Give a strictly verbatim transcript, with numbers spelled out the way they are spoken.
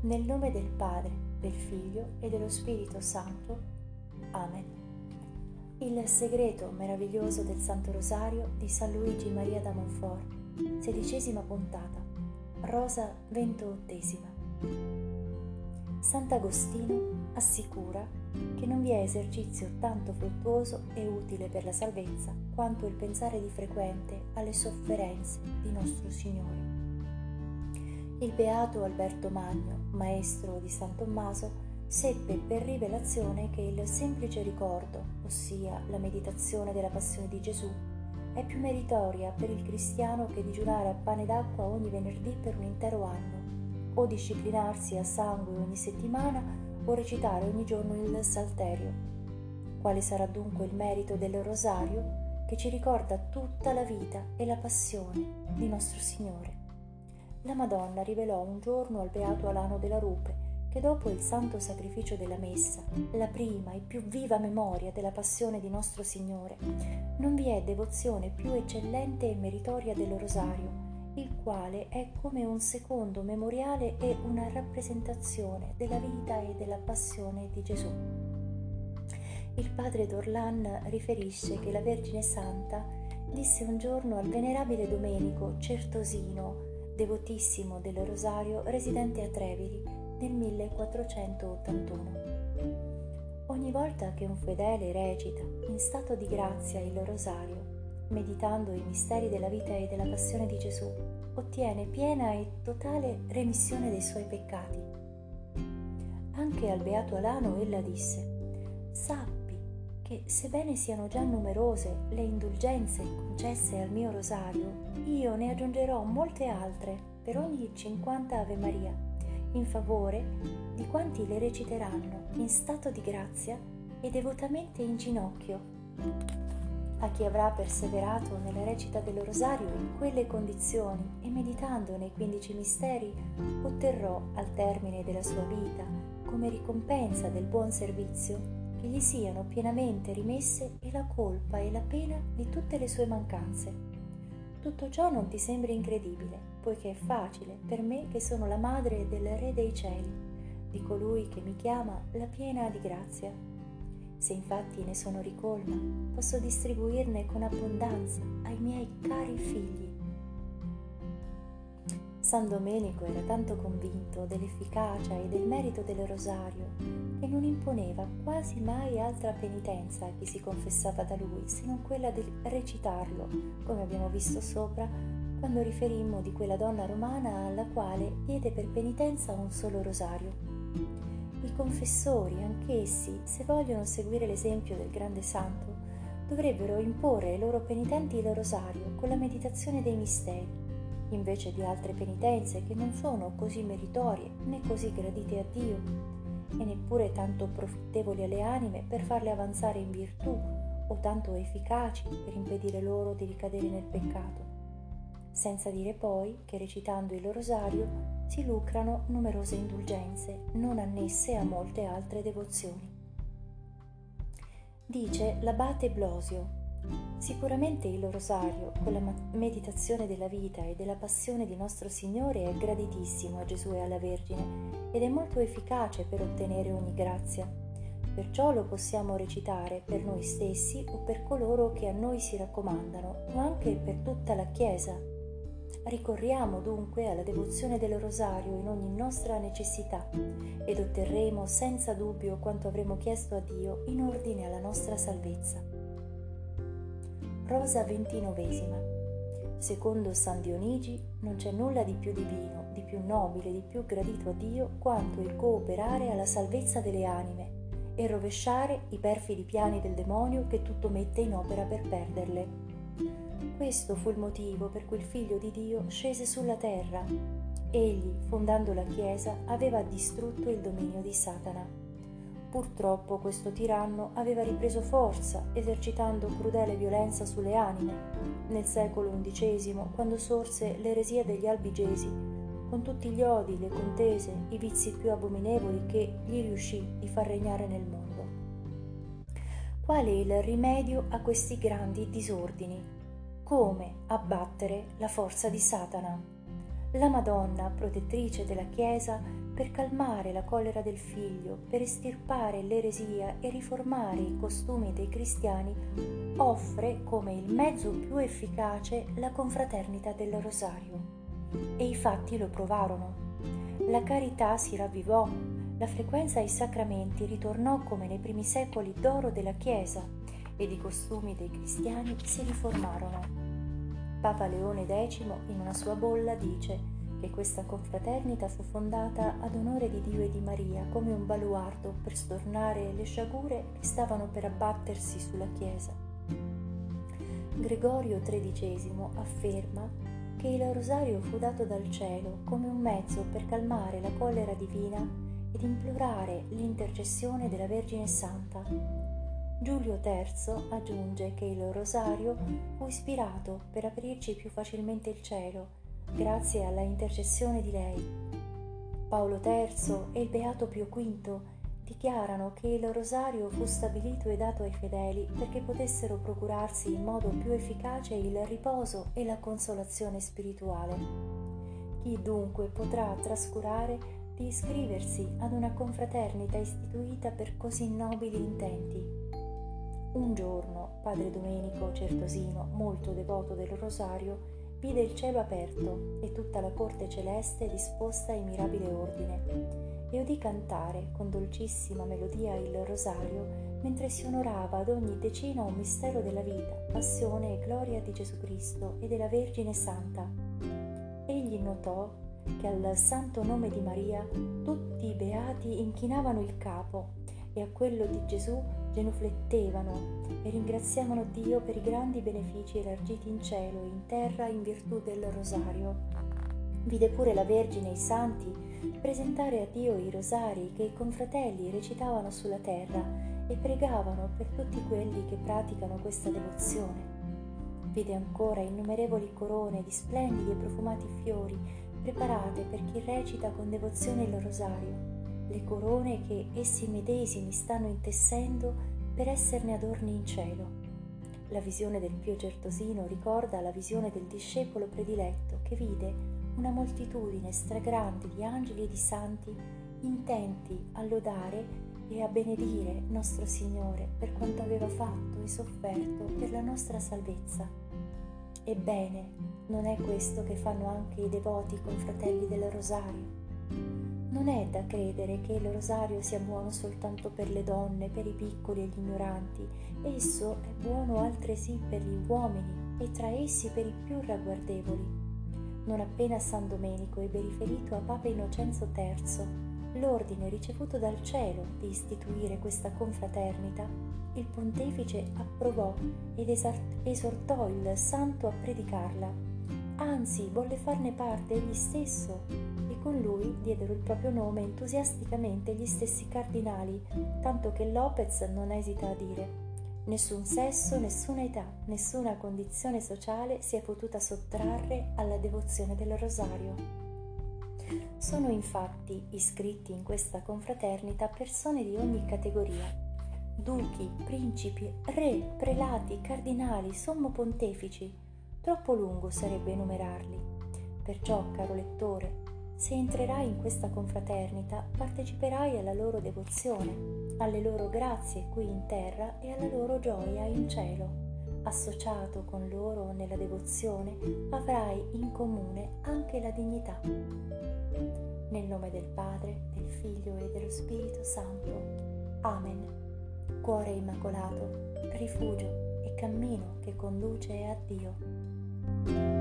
Nel nome del Padre, del Figlio e dello Spirito Santo. Amen. Il segreto meraviglioso del Santo Rosario di San Luigi Maria da Montfort, sedicesima puntata, rosa ventottesima. Sant'Agostino assicura che non vi è esercizio tanto fruttuoso e utile per la salvezza quanto il pensare di frequente alle sofferenze di nostro Signore. Il beato Alberto Magno, maestro di San Tommaso, seppe per rivelazione che il semplice ricordo, ossia la meditazione della passione di Gesù, è più meritoria per il cristiano che digiunare a pane d'acqua ogni venerdì per un intero anno, o disciplinarsi a sangue ogni settimana, o recitare ogni giorno il Salterio. Quale sarà dunque il merito del Rosario, che ci ricorda tutta la vita e la passione di nostro Signore? La Madonna rivelò un giorno al beato Alano della Rupe che dopo il santo sacrificio della Messa, la prima e più viva memoria della passione di nostro Signore, non vi è devozione più eccellente e meritoria del Rosario, il quale è come un secondo memoriale e una rappresentazione della vita e della passione di Gesù. Il padre d'Orlan riferisce che la Vergine Santa disse un giorno al venerabile Domenico Certosino, devotissimo del Rosario, residente a Treviri nel millequattrocentottantuno. Ogni volta che un fedele recita in stato di grazia il Rosario, meditando i misteri della vita e della passione di Gesù, ottiene piena e totale remissione dei suoi peccati. Anche al beato Alano ella disse: sappi che sebbene siano già numerose le indulgenze concesse al mio rosario, io ne aggiungerò molte altre per ogni cinquanta Ave Maria, in favore di quanti le reciteranno in stato di grazia e devotamente in ginocchio. A chi avrà perseverato nella recita del rosario in quelle condizioni e meditando nei quindici misteri, otterrò al termine della sua vita, come ricompensa del buon servizio, che gli siano pienamente rimesse e la colpa e la pena di tutte le sue mancanze. Tutto ciò non ti sembri incredibile, poiché è facile per me che sono la madre del Re dei cieli, di colui che mi chiama la piena di grazia. Se infatti ne sono ricolma, posso distribuirne con abbondanza ai miei cari figli. San Domenico era tanto convinto dell'efficacia e del merito del rosario che non imponeva quasi mai altra penitenza a chi si confessava da lui se non quella del recitarlo, come abbiamo visto sopra quando riferimmo di quella donna romana alla quale diede per penitenza un solo rosario. I confessori, anch'essi, se vogliono seguire l'esempio del grande santo, dovrebbero imporre ai loro penitenti il rosario con la meditazione dei misteri, invece di altre penitenze che non sono così meritorie né così gradite a Dio e neppure tanto profittevoli alle anime per farle avanzare in virtù o tanto efficaci per impedire loro di ricadere nel peccato. Senza dire poi che recitando il rosario si lucrano numerose indulgenze non annesse a molte altre devozioni. Dice l'abate Blosio: sicuramente il rosario, con la meditazione della vita e della passione di nostro Signore, è graditissimo a Gesù e alla Vergine ed è molto efficace per ottenere ogni grazia. Perciò lo possiamo recitare per noi stessi o per coloro che a noi si raccomandano, o anche per tutta la Chiesa. Ricorriamo dunque alla devozione del rosario in ogni nostra necessità ed otterremo senza dubbio quanto avremo chiesto a Dio in ordine alla nostra salvezza. Rosa ventinovesima. Secondo San Dionigi non c'è nulla di più divino, di più nobile, di più gradito a Dio quanto il cooperare alla salvezza delle anime e rovesciare i perfidi piani del demonio che tutto mette in opera per perderle. Questo fu il motivo per cui il Figlio di Dio scese sulla terra. Egli, fondando la Chiesa, aveva distrutto il dominio di Satana. Purtroppo questo tiranno aveva ripreso forza, esercitando crudele violenza sulle anime, nel secolo undicesimo, quando sorse l'eresia degli Albigesi, con tutti gli odi, le contese, i vizi più abominevoli che gli riuscì di far regnare nel mondo. Qual è il rimedio a questi grandi disordini? Come abbattere la forza di Satana? la Madonna, protettrice della Chiesa, per calmare la collera del Figlio, per estirpare l'eresia e riformare i costumi dei cristiani, offre come il mezzo più efficace la confraternita del Rosario. E i fatti lo provarono. La carità si ravvivò, la frequenza ai sacramenti ritornò come nei primi secoli d'oro della Chiesa ed i costumi dei cristiani si riformarono. Papa Leone decimo, in una sua bolla, dice che questa confraternita fu fondata ad onore di Dio e di Maria come un baluardo per stornare le sciagure che stavano per abbattersi sulla Chiesa. Gregorio tredicesimo afferma che il rosario fu dato dal cielo come un mezzo per calmare la collera divina ed implorare l'intercessione della Vergine Santa. Giulio terzo aggiunge che il rosario fu ispirato per aprirci più facilmente il cielo, grazie alla intercessione di lei. Paolo terzo e il Beato Pio quinto dichiarano che il rosario fu stabilito e dato ai fedeli perché potessero procurarsi in modo più efficace il riposo e la consolazione spirituale. Chi dunque potrà trascurare di iscriversi ad una confraternita istituita per così nobili intenti? Un giorno, padre Domenico Certosino, molto devoto del rosario, vide il cielo aperto e tutta la corte celeste disposta in mirabile ordine, e udì cantare con dolcissima melodia il rosario mentre si onorava ad ogni decina un mistero della vita, passione e gloria di Gesù Cristo e della Vergine Santa. Egli notò che al santo nome di Maria tutti i beati inchinavano il capo e a quello di Gesù genuflettevano e ringraziavano Dio per i grandi benefici elargiti in cielo e in terra in virtù del rosario. Vide pure la Vergine e i santi presentare a Dio i rosari che i confratelli recitavano sulla terra e pregavano per tutti quelli che praticano questa devozione. Vide ancora innumerevoli corone di splendidi e profumati fiori preparate per chi recita con devozione il rosario, le corone che essi medesimi stanno intessendo per esserne adorni in cielo. La visione del Pio Certosino ricorda la visione del discepolo prediletto che vide una moltitudine stragrande di angeli e di santi intenti a lodare e a benedire nostro Signore per quanto aveva fatto e sofferto per la nostra salvezza. Ebbene, non è questo che fanno anche i devoti confratelli del rosario? Non è da credere che il rosario sia buono soltanto per le donne, per i piccoli e gli ignoranti. Esso è buono altresì per gli uomini e tra essi per i più ragguardevoli. Non appena San Domenico ebbe riferito a Papa Innocenzo terzo l'ordine ricevuto dal cielo di istituire questa confraternita, il pontefice approvò ed esortò il santo a predicarla. Anzi, volle farne parte egli stesso, e con lui diedero il proprio nome entusiasticamente gli stessi cardinali, tanto che Lopez non esita a dire: nessun sesso, nessuna età, nessuna condizione sociale si è potuta sottrarre alla devozione del rosario. Sono infatti iscritti in questa confraternita persone di ogni categoria: duchi, principi, re, prelati, cardinali, sommo pontefici. Troppo lungo sarebbe enumerarli. Perciò, caro lettore, se entrerai in questa confraternita, parteciperai alla loro devozione, alle loro grazie qui in terra e alla loro gioia in cielo. Associato con loro nella devozione, avrai in comune anche la dignità. Nel nome del Padre, del Figlio e dello Spirito Santo. Amen. Cuore immacolato, rifugio e cammino che conduce a Dio.